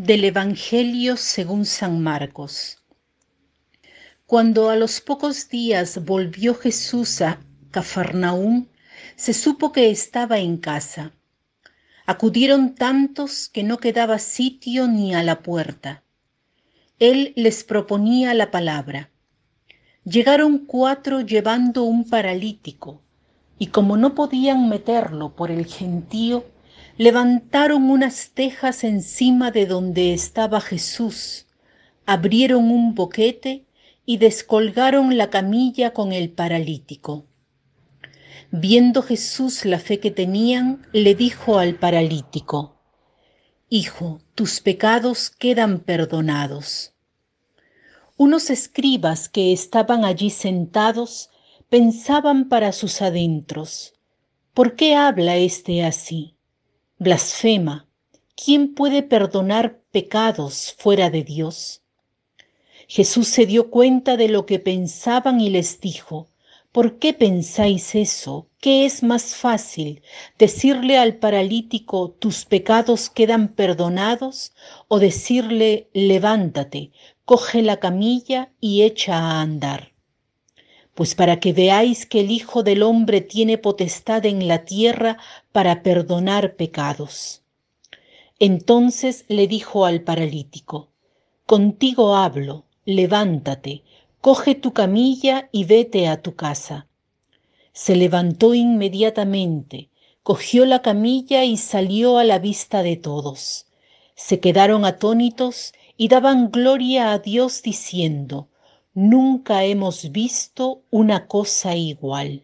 Del Evangelio según San Marcos. Cuando a los pocos días volvió Jesús a Cafarnaúm, se supo que estaba en casa. Acudieron tantos que no quedaba sitio ni a la puerta. Él les proponía la palabra. Llegaron 4 llevando un paralítico, y como no podían meterlo por el gentío, levantaron unas tejas encima de donde estaba Jesús, abrieron un boquete y descolgaron la camilla con el paralítico. Viendo Jesús la fe que tenían, le dijo al paralítico: Hijo, tus pecados quedan perdonados. Unos escribas que estaban allí sentados pensaban para sus adentros: ¿por qué habla éste así? Blasfema. ¿Quién puede perdonar pecados fuera de Dios? Jesús se dio cuenta de lo que pensaban y les dijo: ¿por qué pensáis eso? ¿Qué es más fácil, decirle al paralítico: tus pecados quedan perdonados, o decirle: levántate, coge la camilla y echa a andar? Pues para que veáis que el Hijo del Hombre tiene potestad en la tierra para perdonar pecados. Entonces le dijo al paralítico: contigo hablo, levántate, coge tu camilla y vete a tu casa. Se levantó inmediatamente, cogió la camilla y salió a la vista de todos. Se quedaron atónitos y daban gloria a Dios diciendo: nunca hemos visto una cosa igual.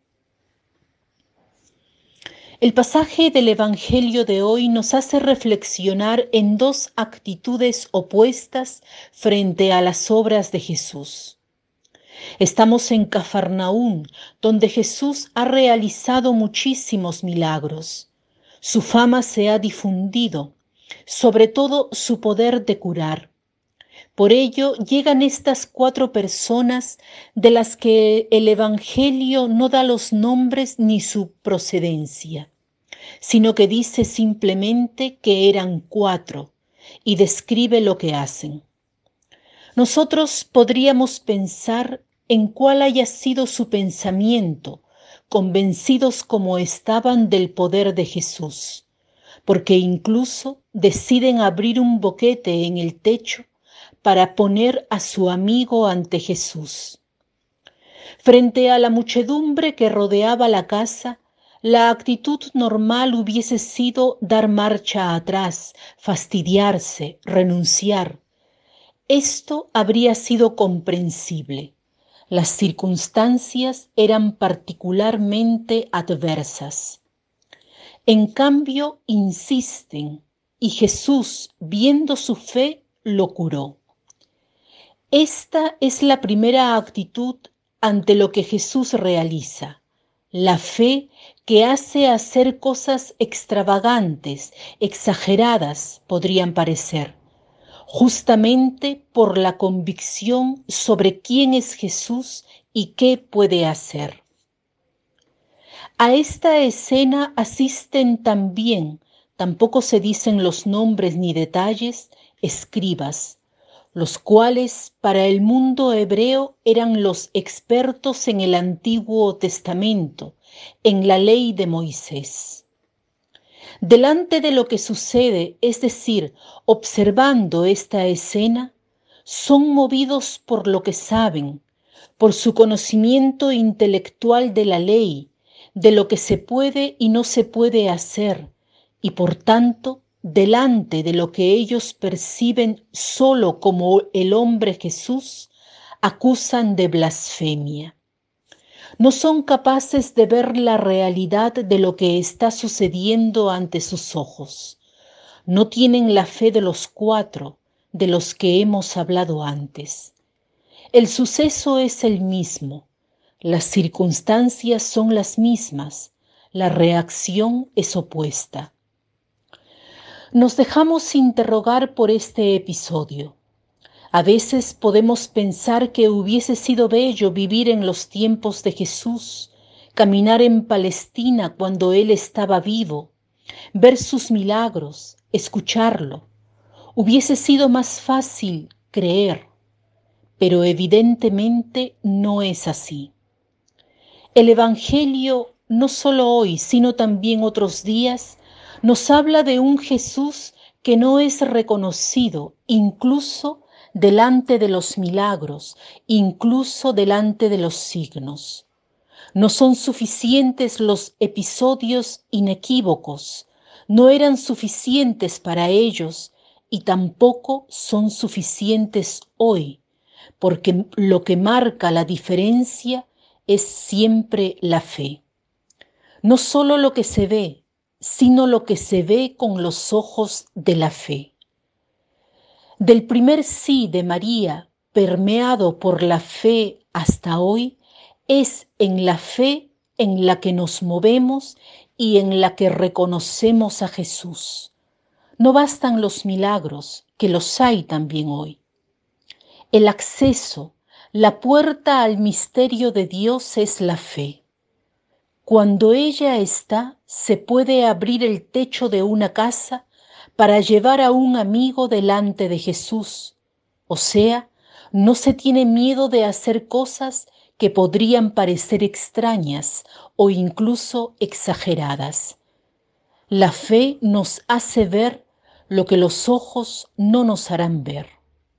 El pasaje del Evangelio de hoy nos hace reflexionar en 2 actitudes opuestas frente a las obras de Jesús. Estamos en Cafarnaúm, donde Jesús ha realizado muchísimos milagros. Su fama se ha difundido, sobre todo su poder de curar. Por ello llegan estas 4 personas de las que el Evangelio no da los nombres ni su procedencia, sino que dice simplemente que eran 4 y describe lo que hacen. Nosotros podríamos pensar en cuál haya sido su pensamiento, convencidos como estaban del poder de Jesús, porque incluso deciden abrir un boquete en el techo para poner a su amigo ante Jesús. Frente a la muchedumbre que rodeaba la casa, la actitud normal hubiese sido dar marcha atrás, fastidiarse, renunciar. Esto habría sido comprensible. Las circunstancias eran particularmente adversas. En cambio, insisten, y Jesús, viendo su fe, lo curó. Esta es la primera actitud ante lo que Jesús realiza, la fe que hace hacer cosas extravagantes, exageradas, podrían parecer, justamente por la convicción sobre quién es Jesús y qué puede hacer. A esta escena asisten también, tampoco se dicen los nombres ni detalles, escribas, los cuales para el mundo hebreo eran los expertos en el Antiguo Testamento, en la ley de Moisés. Delante de lo que sucede, es decir, observando esta escena, son movidos por lo que saben, por su conocimiento intelectual de la ley, de lo que se puede y no se puede hacer, y por tanto, delante de lo que ellos perciben solo como el hombre Jesús, acusan de blasfemia. No son capaces de ver la realidad de lo que está sucediendo ante sus ojos. No tienen la fe de los 4 de los que hemos hablado antes. El suceso es el mismo, las circunstancias son las mismas, la reacción es opuesta. Nos dejamos interrogar por este episodio. A veces podemos pensar que hubiese sido bello vivir en los tiempos de Jesús, caminar en Palestina cuando Él estaba vivo, ver sus milagros, escucharlo. Hubiese sido más fácil creer, pero evidentemente no es así. El Evangelio, no solo hoy, sino también otros días, nos habla de un Jesús que no es reconocido incluso delante de los milagros, incluso delante de los signos. No son suficientes los episodios inequívocos, no eran suficientes para ellos y tampoco son suficientes hoy, porque lo que marca la diferencia es siempre la fe. No solo lo que se ve, sino lo que se ve con los ojos de la fe. Del primer sí de María, permeado por la fe hasta hoy, es en la fe en la que nos movemos y en la que reconocemos a Jesús. No bastan los milagros, que los hay también hoy. El acceso, la puerta al misterio de Dios es la fe. Cuando ella está, se puede abrir el techo de una casa para llevar a un amigo delante de Jesús. O sea, no se tiene miedo de hacer cosas que podrían parecer extrañas o incluso exageradas. La fe nos hace ver lo que los ojos no nos harán ver.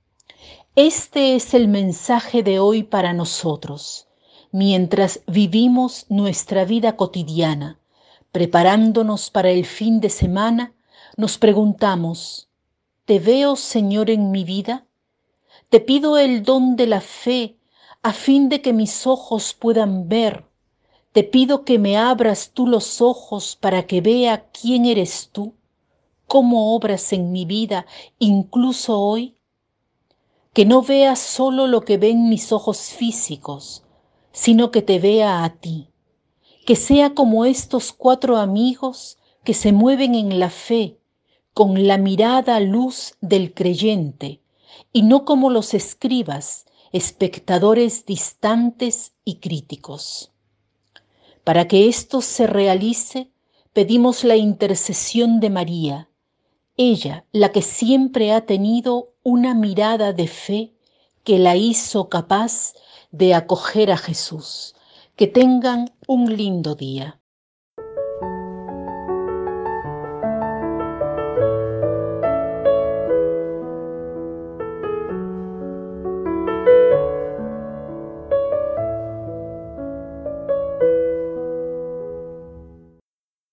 Este es el mensaje de hoy para nosotros, mientras vivimos nuestra vida cotidiana, preparándonos para el fin de semana, nos preguntamos, ¿te veo, Señor, en mi vida? Te pido el don de la fe a fin de que mis ojos puedan ver. Te pido que me abras tú los ojos para que vea quién eres tú, cómo obras en mi vida, incluso hoy. Que no vea solo lo que ven mis ojos físicos, sino que te vea a ti. Que sea como estos 4 amigos que se mueven en la fe, con la mirada luz del creyente, y no como los escribas, espectadores distantes y críticos. Para que esto se realice, pedimos la intercesión de María, ella, la que siempre ha tenido una mirada de fe que la hizo capaz de acoger a Jesús. Que tengan un lindo día.